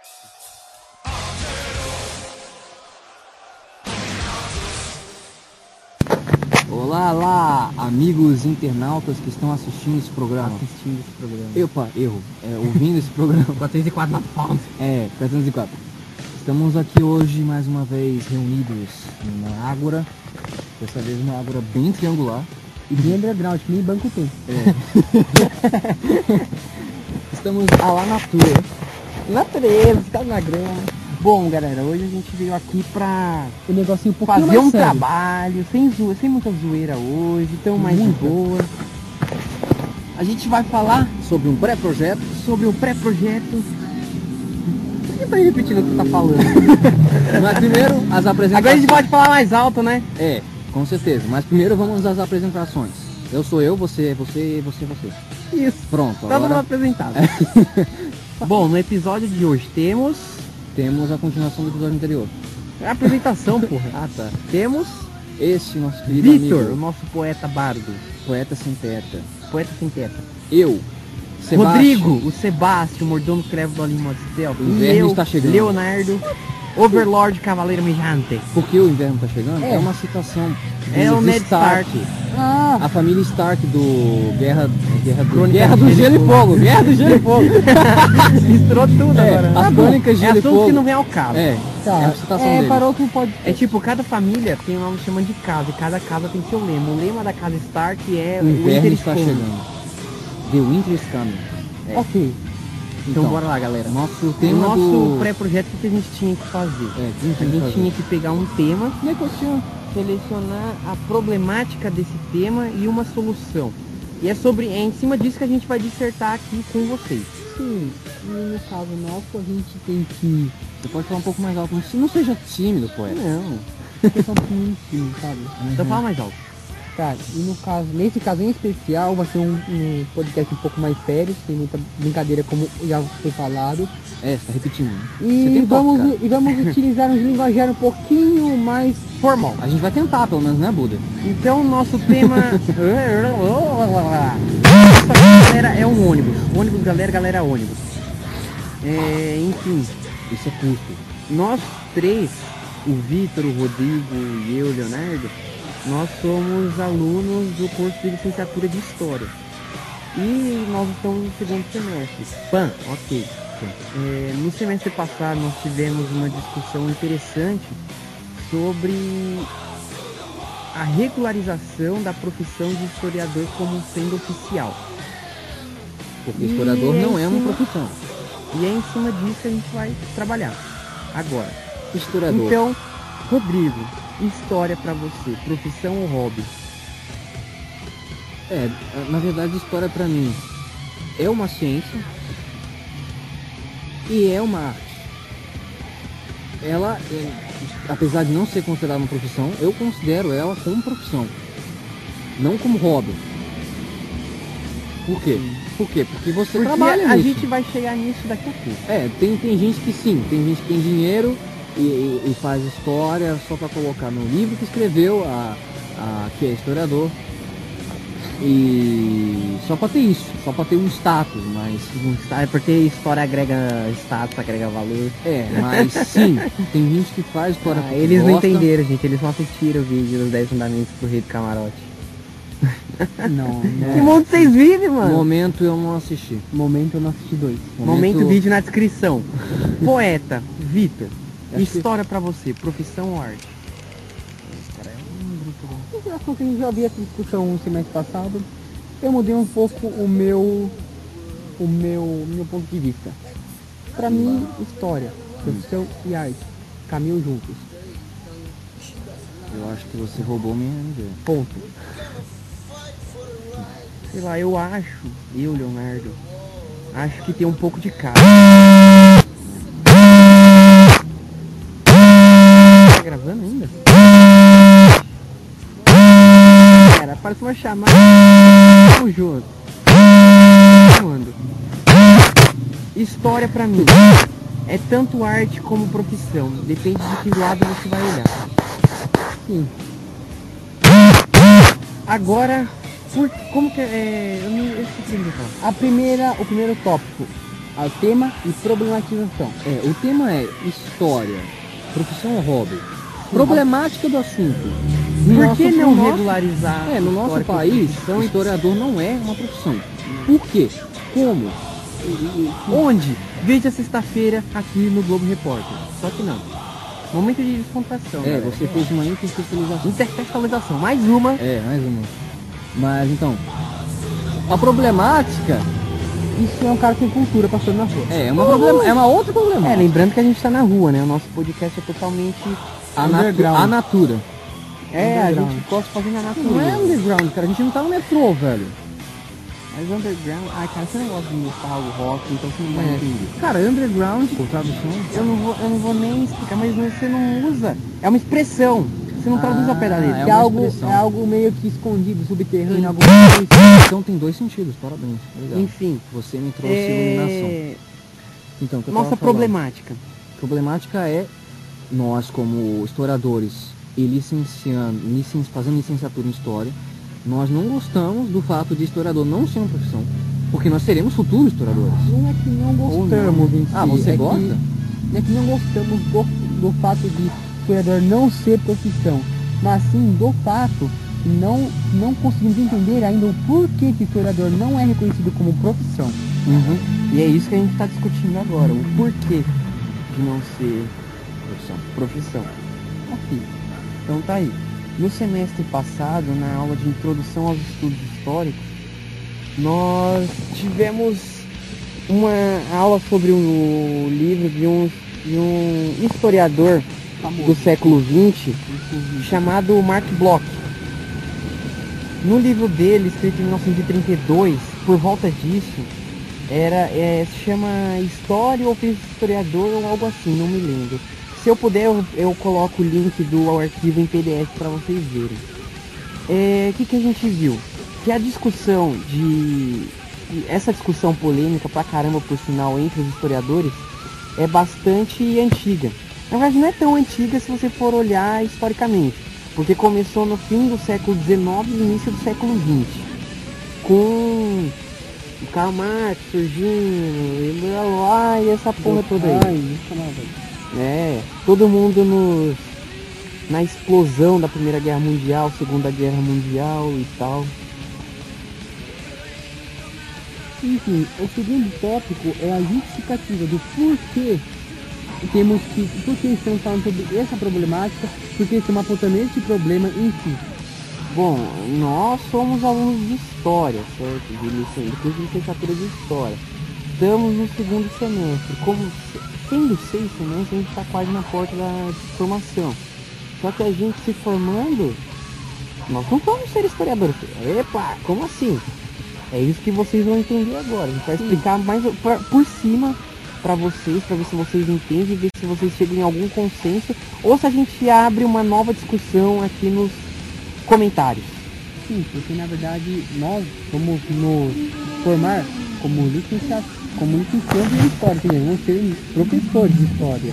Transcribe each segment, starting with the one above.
Olá, lá, amigos internautas que estão assistindo esse programa. Erro. Ouvindo esse programa. 404 na pauta. 404. Estamos aqui hoje mais uma vez reunidos numa ágora. Dessa vez uma ágora bem triangular. E bem underground, que nem banco tem. Estamos lá na tour. Natureza, ficar na grama. Bom, galera, hoje a gente veio aqui pra o negocinho um pouquinho fazer um sério. trabalho, sem muita zoeira hoje, então mais de boa. A gente vai falar sobre um pré-projeto. Por que tá repetindo o que tu tá falando? Mas primeiro, as apresentações. Agora a gente pode falar mais alto, né? Com certeza. Mas primeiro vamos às apresentações. Eu sou eu, você. Isso. Pronto, Tá todo apresentado. Bom, no episódio de hoje temos a continuação do episódio anterior. É a apresentação, porra. Ah, tá. Temos Esse nosso querido Vitor, amigo, o nosso poeta bardo. poeta sem teta. Poeta sem teta. Eu, Rodrigo, o Sebastião, o mordomo crevo do Alimão de Céu. O inverno está chegando. Leonardo, Overlord Cavaleiro Mijante. Por que o inverno está chegando? É uma citação É dos o Ned Stark. A família Stark do Guerra Crônicas do de Gelo e Fogo. Guerra do Gelo e Fogo. Misturou tudo agora. As crônicas de Gelo e assunto Fogo. que não vem ao caso. É a citação dele. Parou que pode. É tipo, cada família tem um nome que chama de casa, e cada casa tem seu lema. O lema da casa Stark é O inverno está Coming. chegando. The Winter is coming. Ok. Então bora lá, galera. Nosso tema nosso pré-projeto, o que a gente tinha que fazer? A gente tinha que pegar um tema, selecionar a problemática desse tema e uma solução. E é em cima disso que a gente vai dissertar aqui com vocês. Sim, e no caso nosso a gente tem que... Você pode falar um pouco mais alto, não seja tímido, poeta. Não. Questão pequenininho, sabe? Então fala mais alto. Cara, e no caso, nesse caso em especial, vai ser um podcast um pouco mais sério, sem muita brincadeira, como já foi falado. Você tá repetindo. Né? E vamos utilizar um linguajar um pouquinho mais formal. A gente vai tentar, pelo menos, né, Buda? Então, nosso tema... galera, é um ônibus. Ônibus, galera, ônibus. Enfim, Isso é custo. nós três, o Vitor, o Rodrigo e eu, o Leonardo, nós somos alunos do curso de licenciatura de História. E nós estamos no segundo semestre. Ok. No semestre passado nós tivemos uma discussão interessante sobre a regularização da profissão de historiador como sendo oficial. Porque historiador não é uma profissão. E é em cima disso que a gente vai trabalhar agora. Historiador. Então, Rodrigo, história pra você, profissão ou hobby? Na verdade, história pra mim é uma ciência e é uma arte. Ela, apesar de não ser considerada uma profissão, eu considero ela como profissão, não como hobby. Por quê? Porque você trabalha nisso. A gente vai chegar nisso daqui a pouco. Tem gente que sim, tem gente que tem dinheiro e faz história só para colocar no livro que escreveu, que é historiador, e só para ter isso, só para ter um status, mas É porque história agrega status, agrega valor. mas sim, tem gente que faz história porque Eles não gosta. entenderam, gente, eles só assistiram o vídeo dos 10 fundamentos pro rei do camarote. Não. Que mundo vocês vivem, mano? Momento eu não assisti. Momento eu não assisti 2. Momento vídeo na descrição. Poeta, Vitor, Acho história pra você, profissão ou arte? Acho que a gente já havia essa discussão no semestre passado. Eu mudei um pouco o meu ponto de vista. Pra mim, história, profissão e arte caminham juntos. Eu acho que você roubou minha ideia. Ponto. Sei lá, eu, Leonardo, acho que tem um pouco de cada. Tá gravando ainda? Cara, parece uma chamada. Tamo junto. Mando. História pra mim é tanto arte como profissão. Depende de que lado você vai olhar. Sim. Agora, como que é... Eu esqueci de falar. O primeiro tópico. ao tema e problematização. O tema é história, profissão ou hobby. Problemática do assunto. Por que não no regularizar? No nosso história como país, profissão? historiador não é uma profissão. Por quê? Como? Onde? Veja sexta-feira aqui no Globo Repórter. Só que não. Momento de descontração. galera. Você fez uma intertextualização. Intertextualização. Mais uma. Mais uma. Mas então, a problemática Isso é um cara sem cultura passando na rua. é uma outra problemática. Lembrando que a gente tá na rua, né? O nosso podcast é totalmente A natura. a Underground. gente gosta de fazer na natureza. Não é underground, cara. A gente não tá no metrô, velho. Mas underground... Ai, cara, você não gosta de mostrar algo rock, então você não vai entender. Cara, underground, tradução. Eu não vou nem explicar, mas você não usa. É uma expressão. Você não traduz ao pé da letra. é É, uma algo, expressão. é algo meio que escondido, subterrâneo, algo Então tem dois sentidos, parabéns. Obrigado. Enfim. Você me trouxe iluminação. Então, o que eu Nossa tava falando. problemática. Problemática é nós, como historiadores e fazendo licenciatura em história, nós não gostamos do fato de historiador não ser uma profissão, porque nós seremos futuros historiadores. Não é que não gostamos em si. Você é gosta? Que, é que não gostamos do fato de historiador não ser profissão, mas sim do fato que não conseguimos entender ainda o porquê que historiador não é reconhecido como profissão. E é isso que a gente está discutindo agora. O porquê de não ser profissão. Ok. Então tá aí. No semestre passado, na aula de introdução aos estudos históricos, nós tivemos uma aula sobre o livro de um historiador do século XX chamado Mark Bloch. No livro dele, escrito em 1932, por volta disso, se chama História ou Historiador ou algo assim, não me lembro. Se eu puder, eu coloco o link do arquivo em PDF para vocês verem. O que a gente viu? Que a discussão essa discussão polêmica pra caramba, por sinal, entre os historiadores, é bastante antiga. Na verdade, não é tão antiga se você for olhar historicamente, porque começou no fim do século XIX e início do século XX, com o Karl Marx surgindo, e essa porra toda aí. Todo mundo na explosão da Primeira Guerra Mundial, Segunda Guerra Mundial e tal. Enfim, o segundo tópico é a justificativa do porquê estamos falando sobre essa problemática, porque estamos apontando esse problema em si. Bom, nós somos alunos de História, certo? Do curso de licenciatura de História. Estamos no segundo semestre. Sendo 6 semestres, a gente está quase na porta da formação. Só que a gente se formando, nós não vamos ser historiadores. Epa, como assim? É isso que vocês vão entender agora. A gente vai explicar mais por cima para vocês, para ver se vocês entendem, ver se vocês chegam em algum consenso, ou se a gente abre uma nova discussão aqui nos comentários. Sim, porque na verdade nós vamos nos formar como licenciados em História, entendeu? Vamos ser professores de História.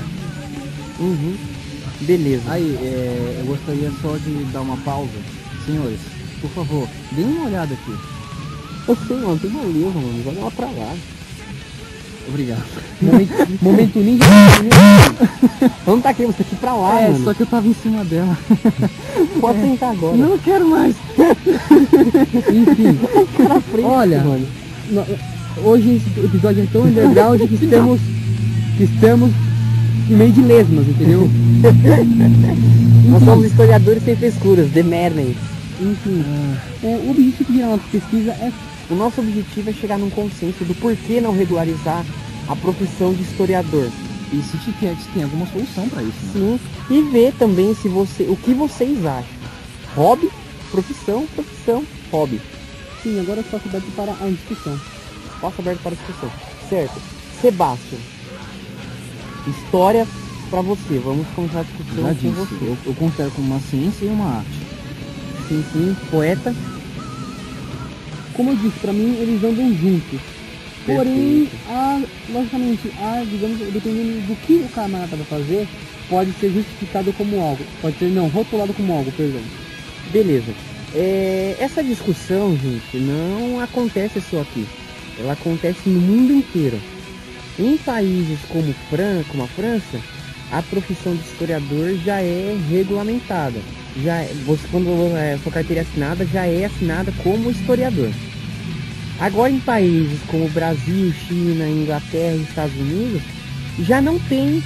Beleza. Aí, eu gostaria só de dar uma pausa. Senhores, por favor, deem uma olhada aqui. Eu sei, mano, tem valeu, mano. Joga ela pra lá. Obrigado. Momento ninja. Vamos tá aqui, você aqui pra lá, mano. Só que eu tava em cima dela. Pode sentar agora. Não quero mais. Enfim, Pra frente, olha, mano. hoje esse episódio é tão underground que estamos em meio de lesmas, entendeu? Nós somos historiadores sem frescuras, The Mermaids. Enfim, o objetivo de nossa pesquisa é O nosso objetivo é chegar num consenso do porquê não regularizar a profissão de historiador. E se tem alguma solução pra isso, né? Sim, e ver também o que vocês acham. Hobby, profissão, hobby. sim, agora eu faço aberto para a discussão. Espaço aberto para discussão. Certo. Sebastião, história pra você. Vamos começar a discussão Já com disse, você. eu considero como uma ciência e uma arte. Sim, poeta. Como eu disse, para mim eles andam juntos. Porém, logicamente, digamos, dependendo do que o camarada vai fazer, pode ser justificado como algo. Pode ser, não, rotulado como algo, perdão. Beleza. Essa discussão, gente, não acontece só aqui. Ela acontece no mundo inteiro. Em países como a França, a profissão de historiador já é regulamentada. Quando sua carteira é assinada, já é assinada como historiador. Agora em países como Brasil, China, Inglaterra e Estados Unidos, já não tem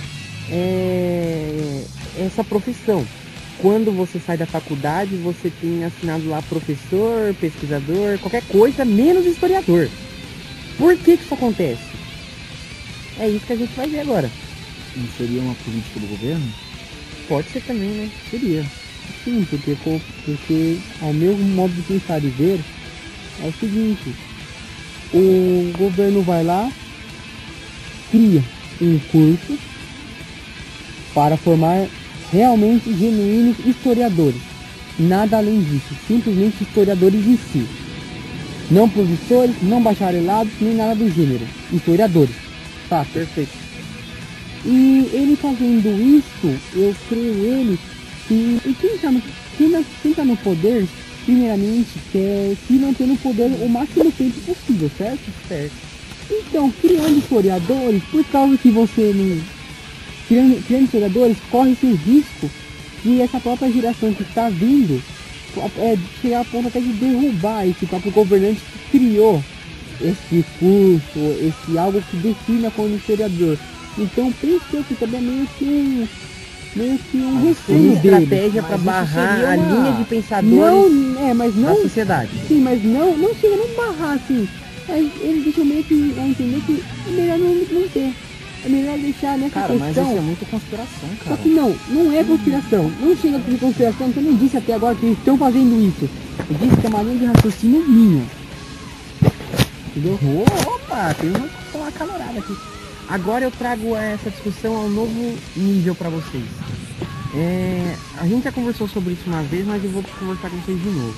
essa profissão. Quando você sai da faculdade, você tem assinado lá professor, pesquisador, qualquer coisa, menos historiador. Por que isso acontece? É isso que a gente vai ver agora. Não seria uma política do governo? Pode ser também, né? Seria. Sim, porque ao meu modo de pensar e ver, é o seguinte, o governo vai lá, cria um curso para formar realmente genuínos historiadores. Nada além disso, simplesmente historiadores em si. Não professores, não bacharelados, nem nada do gênero. Historiadores. Tá, Perfeito. e ele fazendo isso, eu creio ele que quem tá no poder, primeiramente, quer se manter no poder o máximo tempo possível, certo? Certo. Então, criando historiadores, por causa que você não... Criando historiadores, corre-se o risco de essa própria geração que está vindo chegar a ponto até de derrubar esse próprio governante que criou esse curso, esse algo que define como historiador. Então penso que aqui também é meio que um receio Uma dele. estratégia para Mas isso barrar seria a uma- linha de pensadores Mas da não, sociedade. sim, mas não chega a não barrar assim. Mas ele deixa meio que a entender que é melhor não ter. É melhor deixar nessa Cara, mas questão. isso é muito conspiração, Só cara. que não é conspiração. Não chega de conspiração, então não disse até agora que eles estão fazendo isso. Eu disse que é uma linha de raciocínio minha. Entendeu? Opa, tem uma acalorada aqui. Agora eu trago essa discussão a um novo nível para vocês. A gente já conversou sobre isso uma vez, mas eu vou conversar com vocês de novo.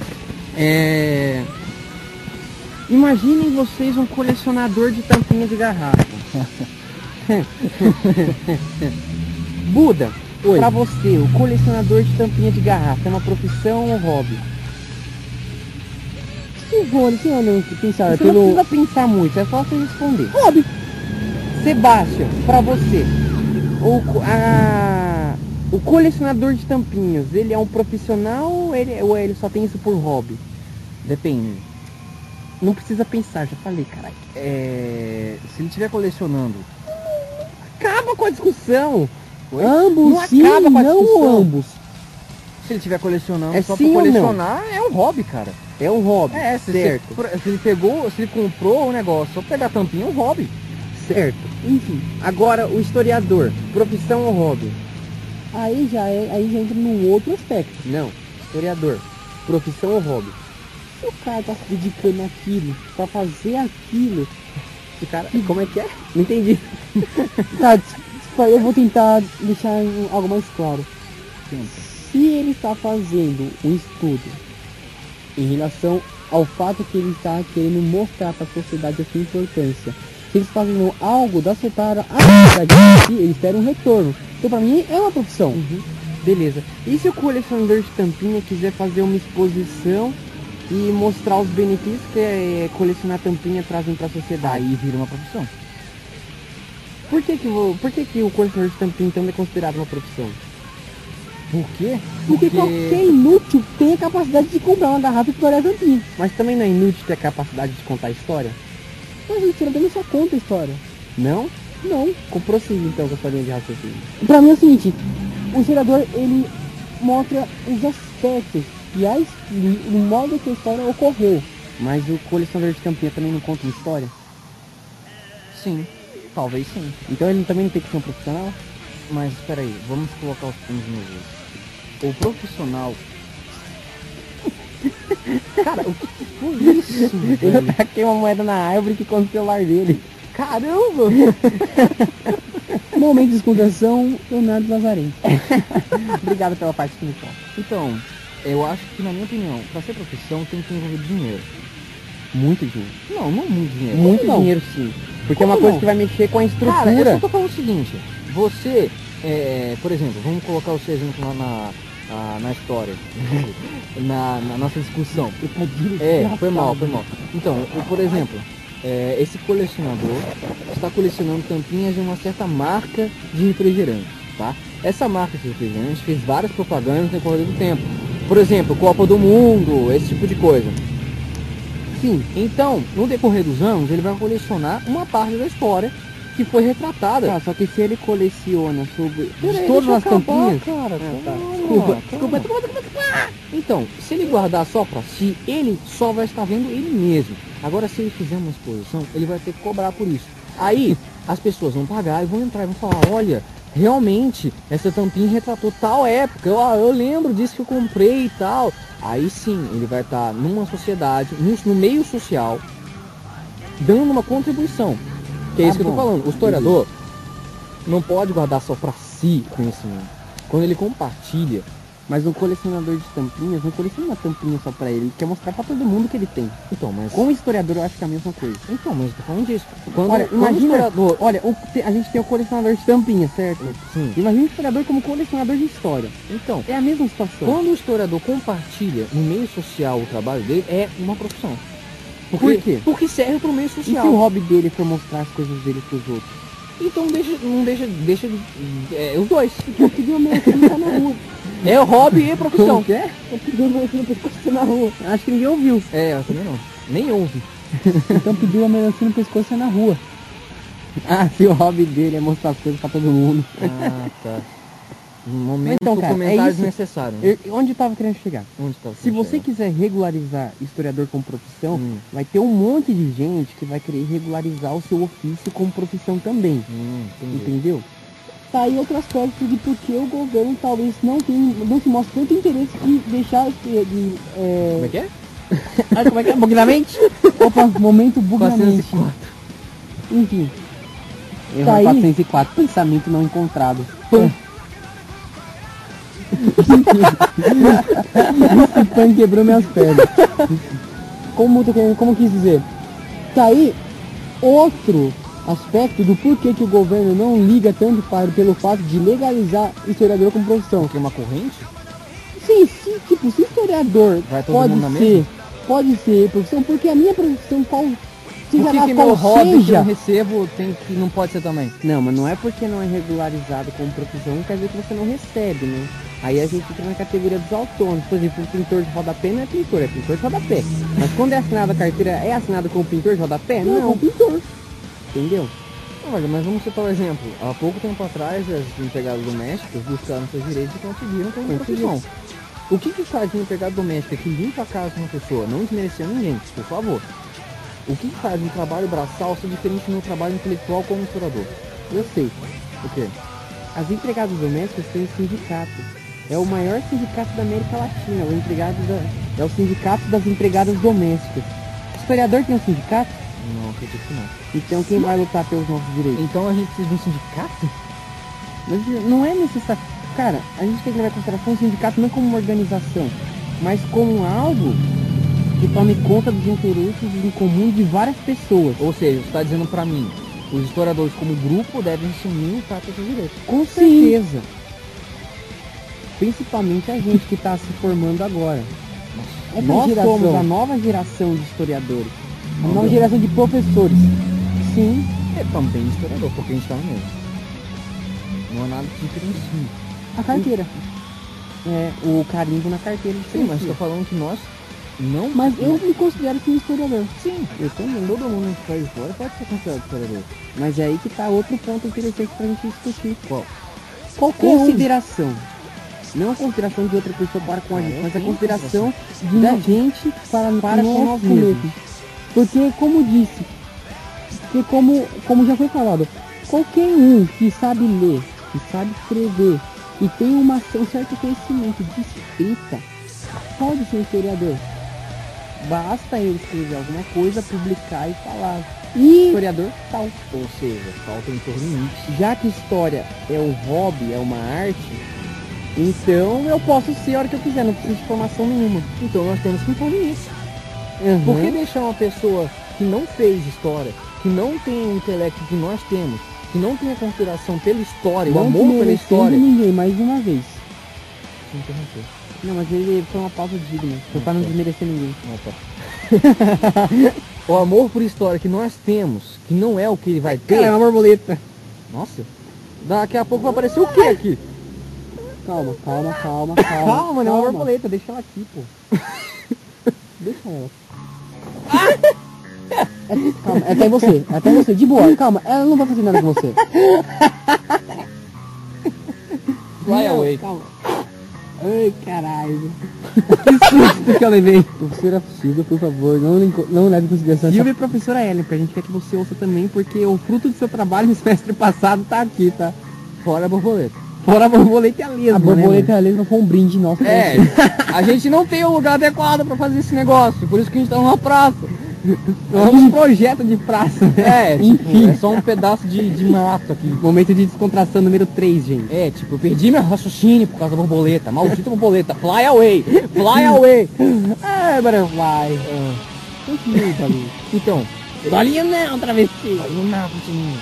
Imaginem vocês um colecionador de tampinha de garrafa. Buda, pra você, o colecionador de tampinha de garrafa é uma profissão ou hobby? Se for pensar Você não precisa pensar muito, é só você responder. hobby. Sebastião, pra você, o colecionador de tampinhas, ele é um profissional ou ele só tem isso por hobby? Depende. Não precisa pensar, já falei, caralho. Se ele estiver colecionando, Acaba com a discussão. Ambos Não sim, acaba com a não discussão. ambos. se ele estiver colecionando É só sim pra ou não? colecionar, é um hobby, cara. É um hobby, certo. Se ele comprou o negócio só pra pegar tampinha, é um hobby. Certo. Enfim, Agora, o historiador, profissão ou hobby? aí já entra num outro aspecto. Não, historiador, profissão ou hobby? Se o cara tá se dedicando àquilo, pra fazer aquilo, Esse cara, como é que é? Não entendi. tá, eu vou tentar deixar algo mais claro. Sim. Se ele está fazendo um estudo em relação ao fato que ele está querendo mostrar para a sociedade a sua importância, se eles fazendo algo da para a sociedade em si, eles terem um retorno. Então para mim é uma profissão. Beleza. E se o colecionador de tampinha quiser fazer uma exposição e mostrar os benefícios que colecionar tampinha trazem para a sociedade? Aí vira uma profissão. Por que que o colecionador de tampinha então é considerado uma profissão? Por quê? Porque qualquer inútil tem a capacidade de comprar uma garrafa e explorar a tampinha. Mas também não é inútil ter a capacidade de contar a história? Mas o historiador não só conta a história. Não? Não. Prossiga então com a sua linha de raciocínio. Pra mim é o seguinte, o historiador ele mostra os aspectos e o modo que a história ocorreu. Mas o colecionador de tampinha também não conta uma história? Sim, talvez sim. Então ele também não tem que ser um profissional? Mas espera aí, vamos colocar os pontos no jogo. O profissional... Cara, o que foi isso, Eu velho? taquei uma moeda na árvore que conta o celular dele. Caramba! Momento de descontração, Leonardo Lazarento. Obrigado pela parte final. Então, eu acho que, na minha opinião, pra ser profissão tem que envolver dinheiro. Muito dinheiro. Não muito dinheiro. Muito não? dinheiro sim. Porque é Como uma coisa não? que vai mexer com a estrutura. Cara, eu só tô falando o seguinte, você, por exemplo, vamos colocar o seu exemplo na história, na nossa discussão. Foi mal. Então, por exemplo, esse colecionador está colecionando tampinhas de uma certa marca de refrigerante, tá? Essa marca de refrigerante fez várias propagandas no decorrer do tempo. Por exemplo, Copa do Mundo, esse tipo de coisa. Sim, então, no decorrer dos anos, ele vai colecionar uma parte da história que foi retratada. Tá, só que se ele coleciona sobre Peraí, todas deixa as eu acabar, tampinhas... cara, tá. calma, calma. Então, se ele guardar só pra si, ele só vai estar vendo ele mesmo. Agora, se ele fizer uma exposição, ele vai ter que cobrar por isso. Aí, as pessoas vão pagar e vão entrar e vão falar, olha, realmente, essa tampinha retratou tal época, eu lembro disso que eu comprei e tal. Aí sim, ele vai estar numa sociedade, no meio social, dando uma contribuição. Que é isso que eu tô falando. O historiador não pode guardar só pra si o conhecimento. Quando ele compartilha. Mas um colecionador de tampinhas não coleciona uma tampinha só pra ele quer mostrar pra todo mundo que ele tem. Então, mas... Como historiador eu acho que é a mesma coisa. Então, mas eu tô falando disso. Olha, imagina, a gente tem o colecionador de tampinhas, certo? Sim. Imagina o historiador como colecionador de história. Então, é a mesma situação. Quando o historiador compartilha no meio social o trabalho dele, é uma profissão. Por quê? Porque serve pro meio E social. se o hobby dele for mostrar as coisas dele pros outros? Então deixa os dois. Eu pedi uma melancia na rua. É o hobby e profissão. Como que é? Eu pedi uma melancia na rua. Acho que ninguém ouviu. É, eu também não. Nem ouve. Então pediu uma melancia no pescoço na rua. Ah, se o hobby dele é mostrar as coisas pra todo mundo. Ah, tá. Um momento então, cara, comentário é isso. desnecessário. Né? Onde eu tava querendo chegar? Onde tava Se você chegar? quiser regularizar historiador como profissão, vai ter um monte de gente que vai querer regularizar o seu ofício como profissão também. Entendeu? Tá aí outro aspecto de porque o governo talvez não se mostre tanto interesse de deixar de... Como é que é? Ah, como é que é? Bugnamente? Opa, momento bugnamente. 404. Enfim. Erro Tá aí. 404, pensamento não encontrado. Esse pano quebrou minhas pernas. Como quis dizer? Tá aí outro aspecto do porquê que o governo não liga tanto pelo fato de legalizar historiador como profissão. Porque é uma corrente? Sim, tipo, se historiador Vai todo pode mundo na ser, mesma? pode ser profissão, porque a minha profissão Por que, que meu hobby que eu recebo não pode ser também? Não, mas não é porque não é regularizado como profissão, não quer dizer que você não recebe, né? Aí a gente entra na categoria dos autônomos. Por exemplo, o pintor de rodapé não é pintor, é pintor de rodapé. Mas quando é assinada a carteira, é assinada como pintor de rodapé? Não, como pintor. Entendeu? Olha, mas vamos citar um exemplo. Há pouco tempo atrás, as empregadas domésticas buscaram seus direitos e conseguiram como profissão. O que faz uma empregada doméstica que limpa a casa de uma pessoa, não desmerecendo ninguém, por favor? O que faz um trabalho braçal ser diferente do meu trabalho intelectual como historiador? Eu sei. O quê? As empregadas domésticas têm um sindicato. É o maior sindicato da América Latina. É o sindicato das empregadas domésticas. O historiador tem um sindicato? Não, acredito que não. Então quem vai lutar pelos nossos direitos? Então a gente precisa de um sindicato? Mas não é necessário. Cara, a gente tem que levar em consideração o sindicato não como uma organização, mas como algo que tome conta dos interesses em comum de várias pessoas. Ou seja, você está dizendo pra mim, os historiadores como grupo devem se unir e lutar pelos seus direitos. Com certeza. Principalmente a gente que está se formando agora. Nós somos a nova geração de historiadores. A nova geração de professores. Sim. É também historiador, porque a gente está no mesmo. Não há nada que diferencie. A carteira. É, o carimbo na carteira. Sim, mas estou falando que nós não... Mas eu me considero que historiador. Sim, eu também. Todo mundo que faz história pode ser considerado historiador. Mas é aí que está outro ponto interessante pra gente discutir. Qual? Consideração. Não a consideração de outra pessoa para com a gente, mas a consideração da gente para com nós mesmos. Porque, como disse, como já foi falado, qualquer um que sabe ler, que sabe escrever, e tem um certo conhecimento de escrita, pode ser historiador. Basta ele escrever alguma coisa, publicar e falar. E historiador tal. Ou seja, falta em torno limite. Já que história é um hobby, é uma arte, então eu posso ser a hora que eu quiser, não preciso de formação nenhuma. Então nós temos que impor limite. Por que deixar uma pessoa que não fez história, que não tem o intelecto que nós temos, que não tem a consideração pela história, o amor pela história... ninguém, mais uma vez. Se interromper. Não, mas ele foi uma pausa digna. Foi para não desmerecer ninguém. Opa. o amor por história que nós temos, que não é o que ele vai ter... Cara, é uma borboleta. Nossa, daqui a pouco vai aparecer o que aqui? Calma. Calma, não é uma borboleta, deixa ela aqui, pô. Deixa ela. Calma, é até você, de boa, calma, ela não vai fazer nada com você. Fly away. Calma. Ai, caralho. Que susto que eu levei. Professora Silvia, por favor, não leve em consideração essa... Silvia e professora Ellen, porque a gente quer que você ouça também, porque o fruto do seu trabalho no semestre passado tá aqui, tá? Fora a borboleta. Fora a borboleta e a lesma, a borboleta e a lesma foi um brinde nosso. É, a gente não tem o lugar adequado pra fazer esse negócio, por isso que a gente tá numa praça. Vamos um projeto de praça. É, enfim, é só um pedaço de mato aqui. Momento de descontração número 3, gente. É, tipo, eu perdi meu raciocínio por causa da borboleta. Maldita borboleta. Fly away. Fly away. Ah, butterfly. Continue, Paulinho. Então. Bolinha não, travesti. Bolinha não, continue.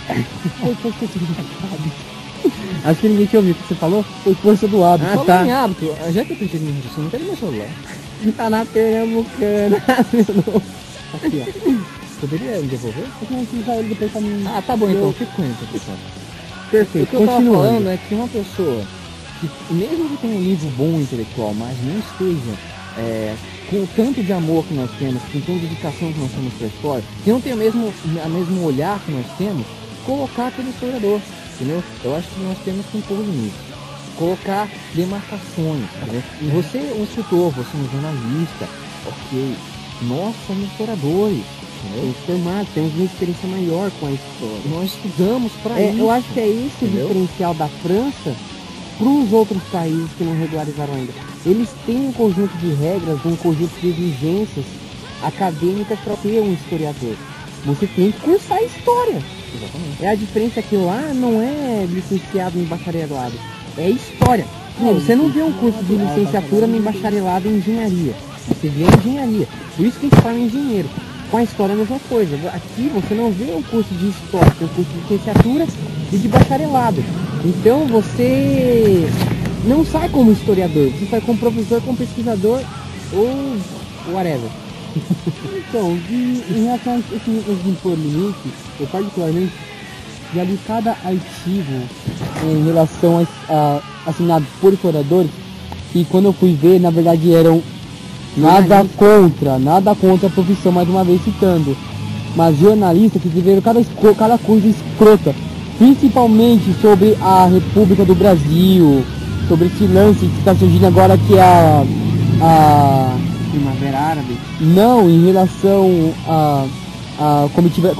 Acho que ninguém te ouviu o que você falou. Foi força do hábito. Ah, tá. Em hábito. Já que eu perdi meu raciocínio, cadê meu celular? Tá na Pernambucana. Aqui, ó. Poderia me devolver? Eu tenho que usar ele depois pra mim. Ah, tá bom, então. Fico com ele, pessoal. Perfeito. O que eu tava falando é que uma pessoa que, mesmo que tenha um nível bom intelectual, mas não esteja com o tanto de amor que nós temos, com tanta dedicação que nós temos para a história, que não tem o mesmo olhar que nós temos, colocar aquele historiador, entendeu? Eu acho que nós temos que impor limites, colocar demarcações, entendeu? Você é um escritor, você é um jornalista, ok, nós somos historiadores. Temos formados, temos uma experiência maior com a história. Nós estudamos para isso. Eu acho que é esse o diferencial da França para os outros países que não regularizaram ainda. Eles têm um conjunto de regras, um conjunto de exigências acadêmicas para ser um historiador. Você tem que cursar história. Exatamente. É a diferença que lá não é licenciado em bacharelado, é história. Você não vê um curso de licenciatura nem bacharelado em engenharia. Você vê engenharia. Por isso que a gente fala engenheiro. Com a história é a mesma coisa. Aqui você não vê um curso de história, tem um curso de licenciatura e de bacharelado. Então você não sai como historiador, você sai como professor, como pesquisador ou whatever. Então, em relação a esse de impor limites, eu particularmente já li cada artigo em relação a assinado por historiadores e quando eu fui ver, na verdade eram nada contra a profissão, mais uma vez citando, mas jornalistas que viveram cada coisa escrota, principalmente sobre a República do Brasil, sobre esse lance que está surgindo agora que é a Primavera Árabe. Não, em relação a Comissão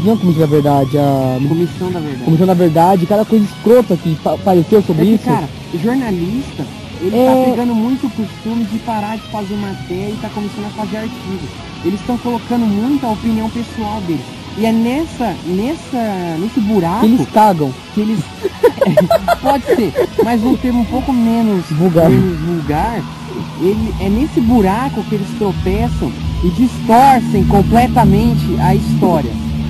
da Verdade, cada coisa escrota que apareceu sobre isso. Cara, jornalista, ele tá pegando muito o costume de parar de fazer matéria e tá começando a fazer artigo. Eles estão colocando muito a opinião pessoal deles. E é nesse buraco... Eles cagam. Que eles... Pode ser, mas num termo um pouco menos vulgar. É nesse buraco que eles tropeçam e distorcem completamente a história.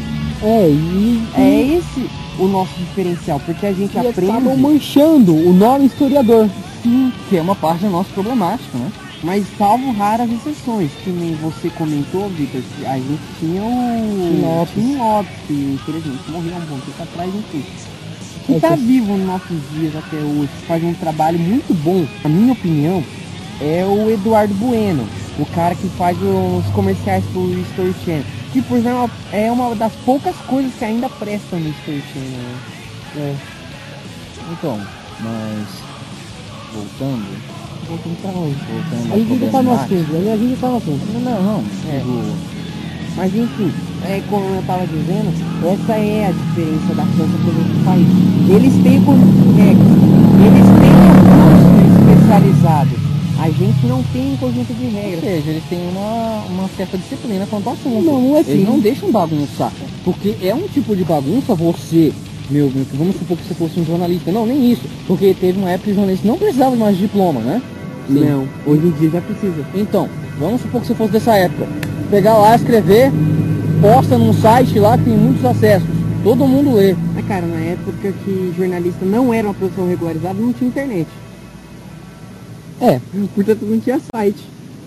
É esse o nosso diferencial, porque a gente aprende... acabam manchando o nome historiador. Sim, que é uma parte do nosso problemático, né? Mas salvo raras exceções, que nem você comentou, Victor, a gente tinha o Tim Lopes, que infelizmente morreu há um bom tempo atrás, enfim. Que tá vivo nos nossos dias até hoje, faz um trabalho muito bom, na minha opinião, é o Eduardo Bueno, o cara que faz os comerciais pro History Channel, que por exemplo é uma das poucas coisas que ainda prestam no History Channel, né? Então, mas voltando pra onde? A gente tá no assunto, Não. Mas enfim, como eu tava dizendo, essa é a diferença da França para os outros países. Eles têm conjunto de regras, eles têm cursos especializados. A gente não tem conjunto de regras. Ou seja, eles têm uma certa disciplina quanto ao assunto. Não é assim. Eles não deixam bagunçar. Porque é um tipo de bagunça você... vamos supor que você fosse um jornalista. Não, nem isso. Porque teve uma época que os jornalistas não precisavam mais de diploma, né? Sim. Não, hoje em dia já precisa. Então, vamos supor que você fosse dessa época. Pegar lá, escrever, posta num site lá que tem muitos acessos. Todo mundo lê. Mas cara, na época que jornalista não era uma profissão regularizada, não tinha internet. Portanto não tinha site.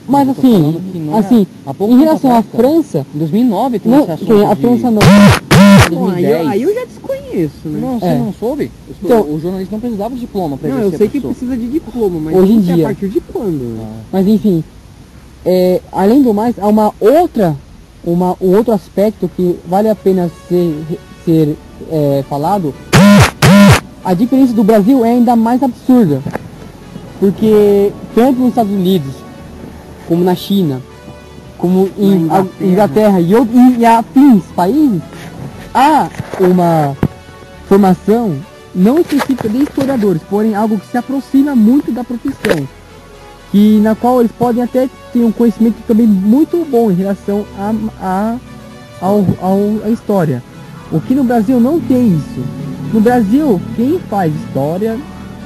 Mas Eu tô falando que não há pouco em tempo relação à atrás, cara. França, Em 2009 tem não, esse assunto a de França não. Bom, aí 2010. eu já desconheço, né? Não, você É. não soube? Então- O jornalista não precisava de diploma pra Não, eu exercer sei que professor. precisa de diploma, mas Hoje em não sei dia. a partir de quando, né? Mas enfim, além do mais, há um outro aspecto que vale a pena ser falado. A diferença do Brasil é ainda mais absurda, porque tanto nos Estados Unidos, como na China, como em Inglaterra e afins países, há uma formação não específica de historiadores, porém algo que se aproxima muito da profissão, na qual eles podem até ter um conhecimento também muito bom em relação à história. O que no Brasil não tem isso. No Brasil, quem faz história.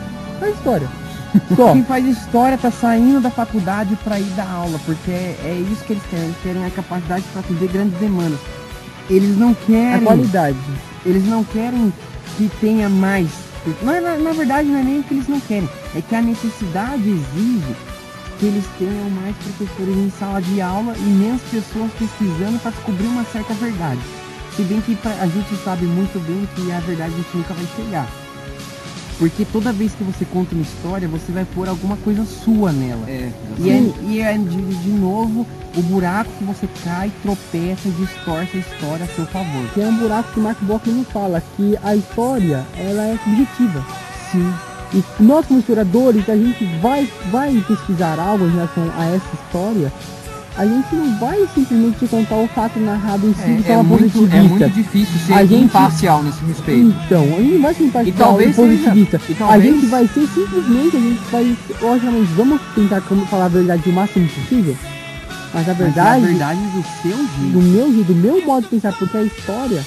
Só. Quem faz história tá saindo da faculdade para ir dar aula, porque é isso que eles querem a capacidade para atender grandes demandas. Eles não A querem, qualidade. eles não querem que tenha mais. Na verdade não é nem que eles não querem, é que a necessidade exige que eles tenham mais professores em sala de aula e menos pessoas pesquisando para descobrir uma certa verdade. Se bem que a gente sabe muito bem que a verdade a gente nunca vai chegar. Porque toda vez que você conta uma história, você vai pôr alguma coisa sua nela. E é de novo o buraco que você cai, tropeça e distorce a história a seu favor. Que é um buraco que Mark Bockley fala, que a história ela é subjetiva. Sim. E nós como historiadores, a gente vai pesquisar algo em relação a essa história, a gente não vai simplesmente contar o fato narrado em si de forma positivista. É muito difícil ser A gente- imparcial nesse respeito. Então, a gente não vai ser imparcial talvez e positivista. seja- e talvez- A gente vai ser simplesmente, a gente vai, logicamente, vamos tentar falar a verdade o máximo possível, mas a verdade, do seu jeito. do meu modo de pensar, porque a história,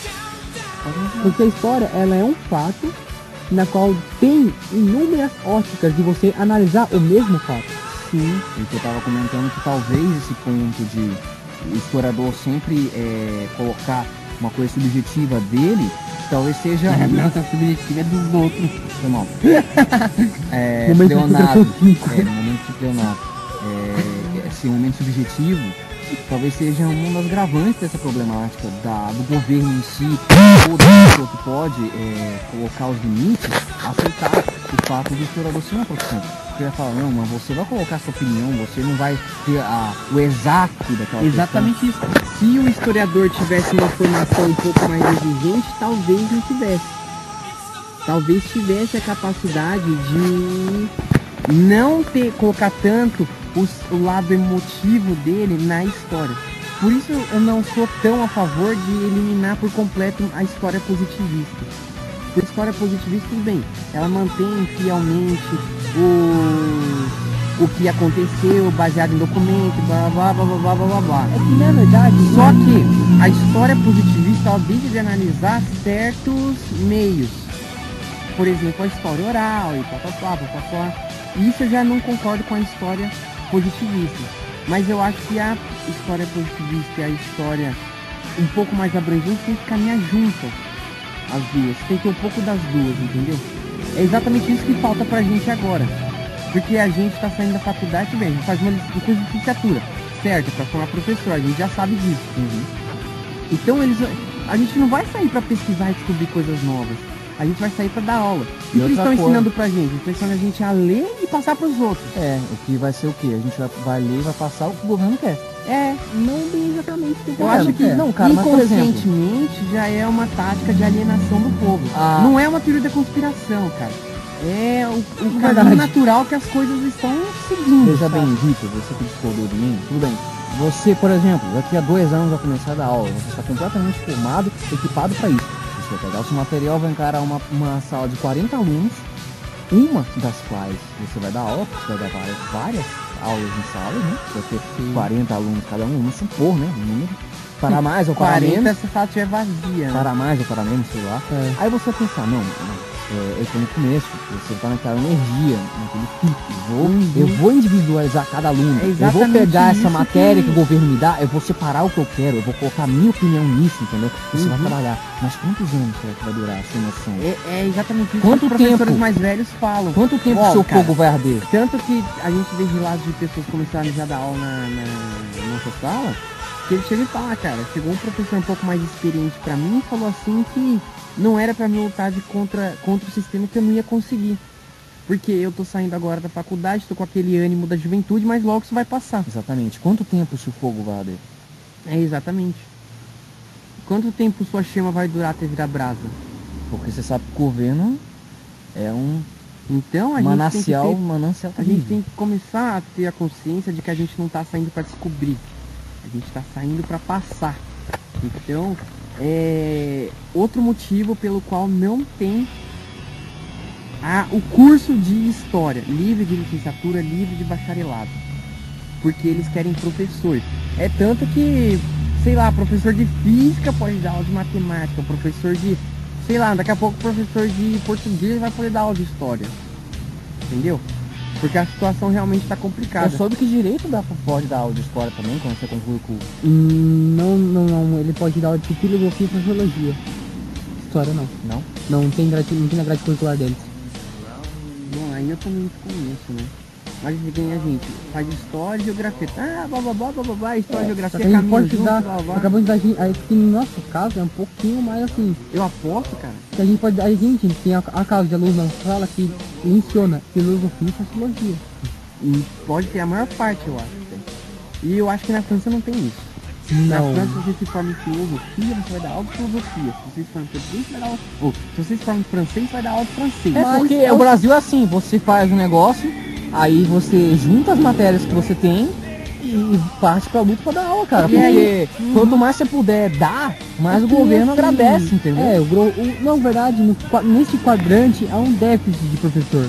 ela é um fato na qual tem inúmeras óticas de você analisar o mesmo fato. Sim. E que eu estava comentando que talvez esse ponto de o historiador sempre colocar uma coisa subjetiva dele, talvez seja... Nossa subjetiva é dos outros. Foi mal. Momento de Leonardo. filosofia. No momento de Leonardo. Esse momento subjetivo talvez seja uma das gravantes dessa problemática do governo em si, toda pessoa que pode colocar os limites, aceitar o fato do historiador ser uma profissão. Porque vai falar, não, mas você vai colocar a sua opinião, você não vai ter o exato daquela Exatamente isso. Se o historiador tivesse uma formação um pouco mais exigente, talvez não tivesse. Talvez tivesse a capacidade de não colocar tanto o lado emotivo dele na história. Por isso eu não sou tão a favor de eliminar por completo a história positivista. Por história positivista, tudo bem, ela mantém fielmente o que aconteceu, baseado em documento, blá blá blá blá blá blá blá. É que na verdade, Só que a história positivista ela deixa de analisar certos meios. Por exemplo, a história oral e papapá. Isso eu já não concordo com a história positivista. Mas eu acho que a história positivista e a história um pouco mais abrangente tem que caminhar juntas. As duas. Tem que ter um pouco das duas, entendeu? É exatamente isso que falta pra gente agora. Porque a gente tá saindo da faculdade, bem, a gente faz uma coisa de licenciatura, certo? Pra formar professor, a gente já sabe disso. Então a gente não vai sair pra pesquisar e descobrir coisas novas. A gente vai sair pra dar aula. E o que eles estão ensinando pra gente? Eles estão ensinando a gente a ler e passar pros outros. o que vai ser o quê? A gente vai ler e vai passar o que o governo quer. não bem exatamente o que Eu acho que não, cara, mas por exemplo... inconscientemente já é uma tática de alienação do povo. Não é uma teoria da conspiração, cara. É o caminho natural que as coisas estão seguindo. Veja sabe? bem, Vitor, você que discordou de mim, tudo bem. Você, por exemplo, daqui a 2 anos vai começar a dar aula, você está completamente formado, equipado para isso. Você vai pegar o seu material, vai encarar uma sala de 40 alunos, uma das quais você vai dar aula, você vai dar várias aulas em sala, né? Você vai ter 40 alunos cada um, vamos supor, né? Um número. Para mais ou para 40 menos. se a sala estiver vazia. Né? Para mais ou para menos, sei lá. Aí você vai pensar, não, eu tô no começo, você tá naquela energia, naquele pique. Eu vou individualizar cada aluno. Eu vou pegar essa matéria que o governo me dá, eu vou separar o que eu quero, eu vou colocar a minha opinião nisso, entendeu? Você vai trabalhar. Mas quantos anos será que vai durar a sua noção? É exatamente isso Quanto que os professores tempo? mais velhos falam. Quanto tempo Ó, seu cara, fogo vai arder? Tanto que a gente vê relatos de pessoas começarem já a dar aula na nossa sala, que ele chega e fala, cara, chegou um professor um pouco mais experiente pra mim e falou assim que não era pra me lutar contra o sistema, que eu não ia conseguir. Porque eu tô saindo agora da faculdade, tô com aquele ânimo da juventude, mas logo isso vai passar. Exatamente. Quanto tempo seu fogo vai arder? É, exatamente. Quanto tempo sua chama vai durar até virar brasa? Porque você sabe que o governo é um Então a manancial a gente tem que começar a ter a consciência de que a gente não tá saindo pra descobrir. A gente tá saindo pra passar. Então, outro motivo pelo qual não tem o curso de história, livre de licenciatura, livre de bacharelado. Porque eles querem professor. É tanto que, sei lá, professor de física pode dar aula de matemática, professor de, sei lá, daqui a pouco professor de português vai poder dar aula de história. Entendeu? Porque a situação realmente está complicada. Eu soube que direito pode dar aula de história também, quando você conclui o curso. Não, ele pode dar aula de filosofia e sociologia. História não. Não? Não tem na grade curricular deles. Bom, aí eu também conheço, né? Mas ninguém a gente faz história e geografia. Blá, história e geografia, A gente caminho pode junto, estudar, blá, blá. acabamos de estudar, aí que no nosso caso é um pouquinho mais assim, Eu aposto, cara. que a gente tem a caso de aluno na sala que menciona filosofia e sociologia. E pode ter a maior parte, eu acho. E eu acho que na França não tem isso. Na Não. França, se você se forma em filosofia, você vai dar aula de filosofia. Se você se forma em português, você vai dar aula... Ou, se você se forma em francês, você vai dar aula de francês. É porque o Brasil é assim, você faz um negócio, aí você junta as matérias que você tem e parte pra luta pra dar aula, cara. Porque quanto mais você puder dar, mais o governo agradece, entendeu? Na verdade, nesse quadrante há um déficit de professor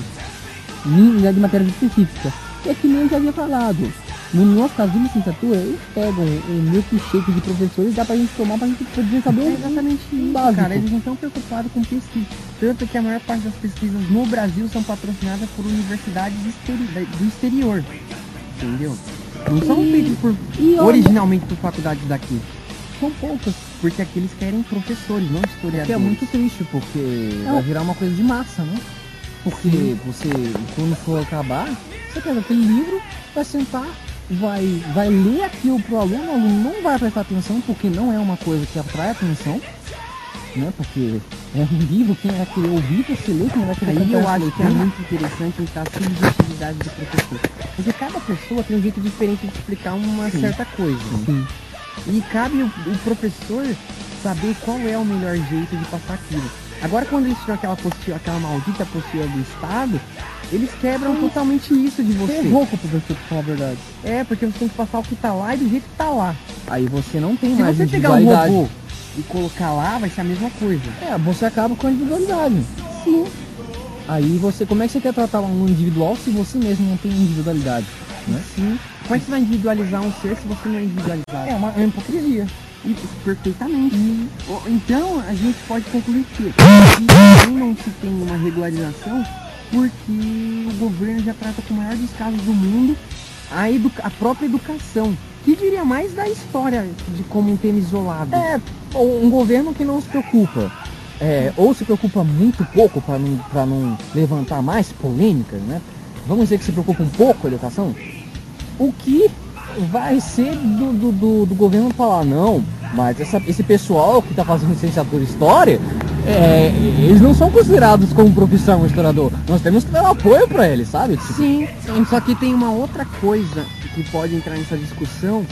de matérias específicas. É que nem eu já havia falado. No nosso caso de licenciatura, eles pegam um milkshake de professores e dá pra gente tomar pra gente poder saber Exatamente isso, básico. cara. Eles não estão preocupados com pesquisa. Tanto que a maior parte das pesquisas no Brasil são patrocinadas por universidades do exterior. Entendeu? Não são feitas originalmente por faculdades daqui. São poucas. Porque aqui eles querem professores, não historiadores. Que é muito triste, porque vai virar uma coisa de massa, né? Porque você, quando for acabar, você pega aquele livro, vai sentar, vai ler aquilo pro aluno, o aluno não vai prestar atenção, porque não é uma coisa que atrai atenção, né? Porque é um livro, quem vai querer ouvir, você lê, quem vai querer Aí eu acompanhar acho essa que é leitura. muito interessante entrar a subjetividade do professor. Porque cada pessoa tem um jeito diferente de explicar uma certa coisa. Sim. E cabe o professor saber qual é o melhor jeito de passar aquilo. Agora, quando eles tiram aquela maldita postura do Estado, eles quebram totalmente isso de você. Ferrou com o professor, pra falar a verdade. É, porque você tem que passar o que tá lá e do jeito que tá lá. Aí você não tem Se mais você pegar um individualidade. robô e colocar lá, vai ser a mesma coisa. Você acaba com a individualidade. Sim. Aí como é que você quer tratar um aluno individual se você mesmo não tem individualidade? Né? Sim. Como é que você vai individualizar um ser se você não é individualizado? É uma hipocrisia. Isso, perfeitamente. Então, a gente pode concluir que aqui não se tem uma regularização porque o governo já trata com o maior descaso do mundo a própria educação. Que diria mais da história de como um tema isolado. É, um governo que não se preocupa, ou se preocupa muito pouco para não levantar mais polêmicas, né? Vamos dizer que se preocupa um pouco com a educação, o que vai ser do governo falar, não, mas esse pessoal que está fazendo licenciatura em História, eles não são considerados como profissão historiador, nós temos que dar apoio para eles, sabe? Sim, só que tem uma outra coisa que pode entrar nessa discussão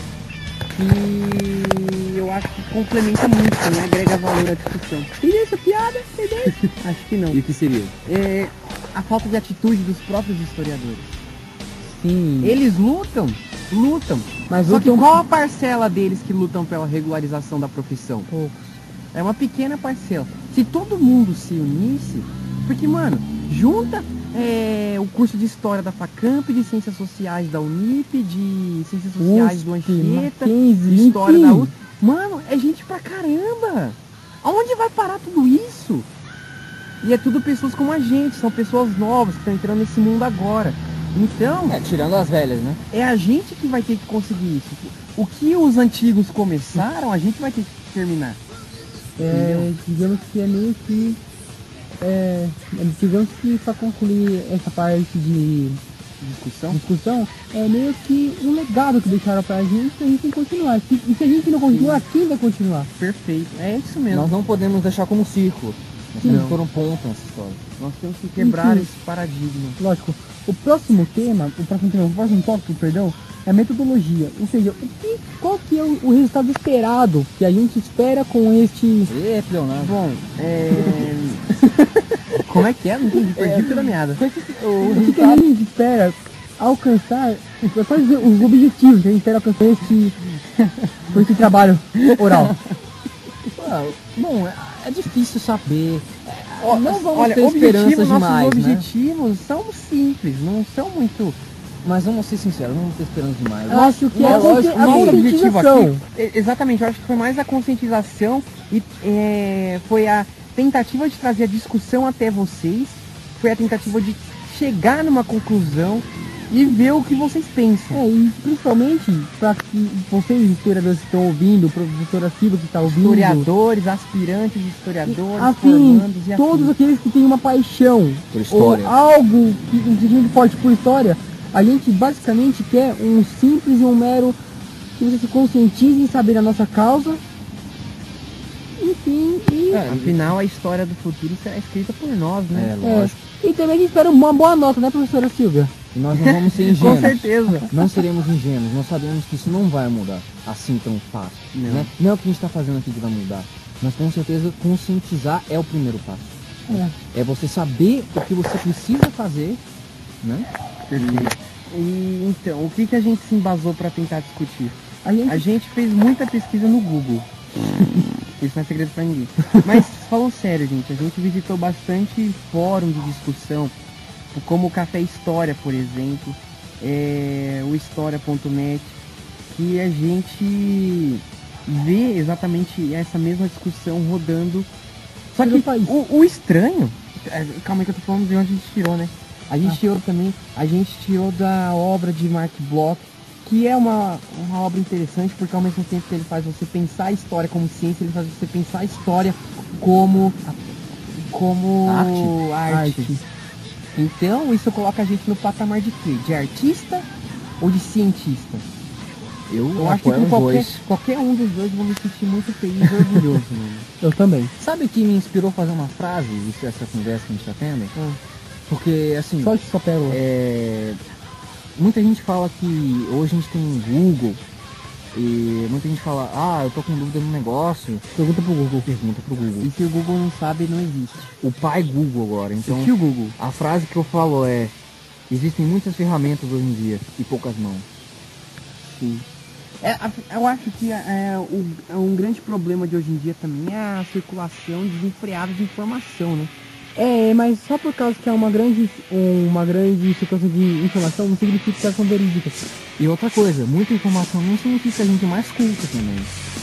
que eu acho que complementa muito, né? Agrega valor à discussão. Entendeu essa piada? Entendeu? Acho que não. E o que seria? A falta de atitude dos próprios historiadores. Sim. Eles lutam, Mas só que lutam- qual a parcela deles que lutam pela regularização da profissão? Poucos. É uma pequena parcela. Se todo mundo se unisse, porque, mano, junta o curso de História da Facamp, de Ciências Sociais da Unip, de Ciências Sociais do USP, Anchieta, Mackenzie, História enfim. da USP. Mano, é gente pra caramba. Aonde vai parar tudo isso? E é tudo pessoas como a gente, são pessoas novas que estão entrando nesse mundo agora. Então, Tirando as velhas, né? é a gente que vai ter que conseguir isso. O que os antigos começaram, a gente vai ter que terminar. Digamos que é meio que... digamos que para concluir essa parte de discussão, é meio que um legado que deixaram pra gente e a gente tem que continuar. E se a gente não continuar, quem vai continuar? Perfeito, é isso mesmo. Nós não podemos deixar como círculo. Nós temos que pôr um ponto nessa história. Nós temos que quebrar Enfim. esse paradigma. Lógico, o próximo tópico, perdão, é a metodologia. Ou seja, qual que é o resultado esperado que a gente espera com este... Leonardo. Bom, como é que é? Não entendi, perdi pela meada. O que a gente espera alcançar, quais os objetivos que a gente espera alcançar com esse trabalho oral? Bom, é difícil saber. Não vamos Olha, ter esperanças nossos demais, objetivos são simples, não são muito... Mas vamos ser sinceros, não vamos ter esperança demais. Eu acho que Nosso objetivo conscientização. aqui, exatamente, eu acho que foi mais a conscientização e foi a tentativa de trazer a discussão até vocês, foi a tentativa de chegar numa conclusão e ver o que vocês pensam. E principalmente para que vocês, historiadores que estão ouvindo, professora Silva que está ouvindo, Historiadores, aspirantes, historiadores, afim, formandos e todos afins. aqueles que têm uma paixão Por história. ou algo que um sentimento forte por história, a gente basicamente quer um simples e um mero que você se conscientize em saber a nossa causa. Enfim, Afinal, a história do futuro será escrita por nós, né? Lógico. E também a gente espera uma boa nota, né, professora Silvia? E nós não vamos ser ingênuos. Com certeza. Não seremos ingênuos. Nós sabemos que isso não vai mudar assim tão fácil. Não. Né? Não é o que a gente está fazendo aqui que vai mudar. Mas com certeza conscientizar é o primeiro passo. É você saber o que você precisa fazer, né? E então, o que a gente se embasou para tentar discutir? A gente A gente fez muita pesquisa no Google. Isso não é segredo pra ninguém. Mas, falando sério, gente, a gente visitou bastante fórum de discussão, como o Café História, por exemplo, o História.net, que a gente vê exatamente essa mesma discussão rodando. Só que o estranho... Calma aí que eu tô falando de onde a gente tirou, né? A gente tirou também, a gente tirou da obra de Mark Bloch, que é uma obra interessante, porque ao mesmo tempo que ele faz você pensar a história como ciência, ele faz você pensar a história como arte. Então, isso coloca a gente no patamar de quê? De artista ou de cientista? Eu acho que com qualquer um dos dois eu vou me sentir muito feliz e orgulhoso, mano. Eu também. Sabe o que me inspirou a fazer uma frase, essa conversa que a gente está tendo? Porque, assim, Só essa pérola. muita gente fala que hoje a gente tem Google, e muita gente fala, eu tô com dúvida no negócio. Pergunta pro Google. Pergunta pro Google. E se o Google não sabe, não existe. O pai Google agora. Então, E o Google? a frase que eu falo é: existem muitas ferramentas hoje em dia e poucas mãos. Sim. Eu acho que um grande problema de hoje em dia também é a circulação desenfreada de informação, né? Mas só por causa que é uma grande circulação de informação não significa que elas são verídicas. E outra coisa, muita informação não significa a gente mais culta também.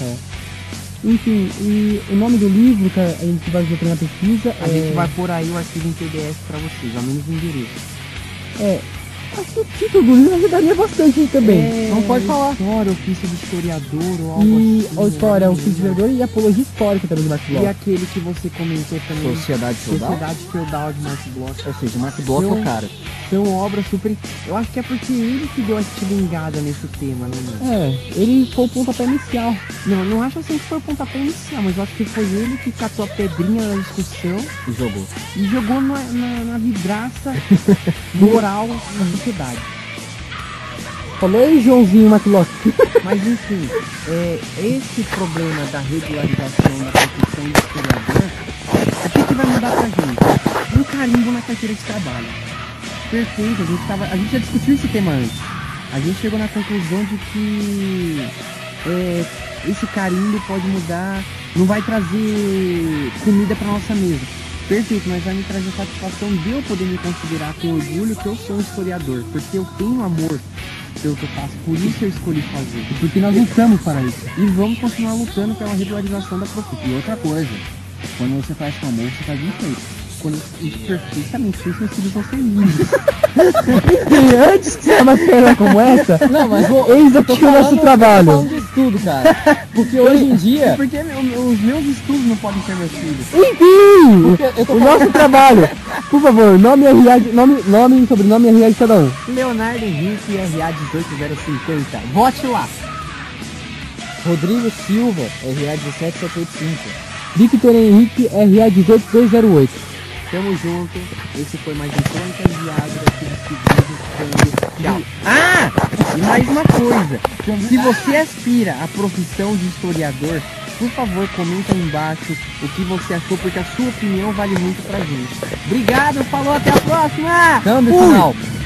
Enfim, e o nome do livro que a gente vai fazer na pesquisa A gente vai pôr aí o arquivo em PDF pra vocês, ao menos o endereço. Acho que o título do livro ajudaria bastante também. Não pode falar. História, ofício de historiador ou algo E assim. a história, o historiador e apologia histórica também do Mark E Bloch. aquele que você comentou também. Sociedade Feudal? Sociedade Feudal de Mark Bloch. Ou seja, Mark Bloch é o cara. São obras super... Eu acho que é porque ele que deu a estilingada nesse tema, né, mano? Ele foi o pontapé inicial. Não acho assim que foi o pontapé inicial, mas eu acho que foi ele que catou a pedrinha da discussão E jogou. e jogou na vidraça moral da sociedade. Falou aí, Joãozinho McLaughlin. Mas enfim, esse problema da regularização da profissão do historiador, o que vai mudar pra gente? Um carimbo na carteira de trabalho. Perfeito, a gente já discutiu esse tema antes. A gente chegou na conclusão de que esse carimbo pode mudar, não vai trazer comida pra nossa mesa. Perfeito, mas vai me trazer satisfação de eu poder me considerar com orgulho que eu sou um historiador, porque eu tenho amor pelo que eu faço, por isso eu escolhi fazer. Porque nós lutamos para isso. E vamos continuar lutando pela regularização da profissão. E outra coisa, quando você faz com amor, você faz bem feito. conheço perfeitamente, vocês meus filhos vão ser lindos. E antes que você uma cena como essa, Não, mas eis aqui o nosso trabalho. Eu tô falando de estudo, cara. Porque hoje em dia... Porque os meus estudos não podem ser meus filhos. Porque eu tô O falando- nosso trabalho. Por favor, nome e sobrenome e RA de cada um. Leonardo Henrique, RA 18050. Vote lá. Rodrigo Silva, RA 17785. Victor Henrique, RA 18208. Tamo junto. Esse foi mais um Crônicas de Água aqui do Tchau. Ah! E mais uma coisa. Se você aspira à profissão de historiador, por favor, comenta aí embaixo o que você achou, porque a sua opinião vale muito pra gente. Obrigado, falou, até a próxima! Câmbio Fui! final.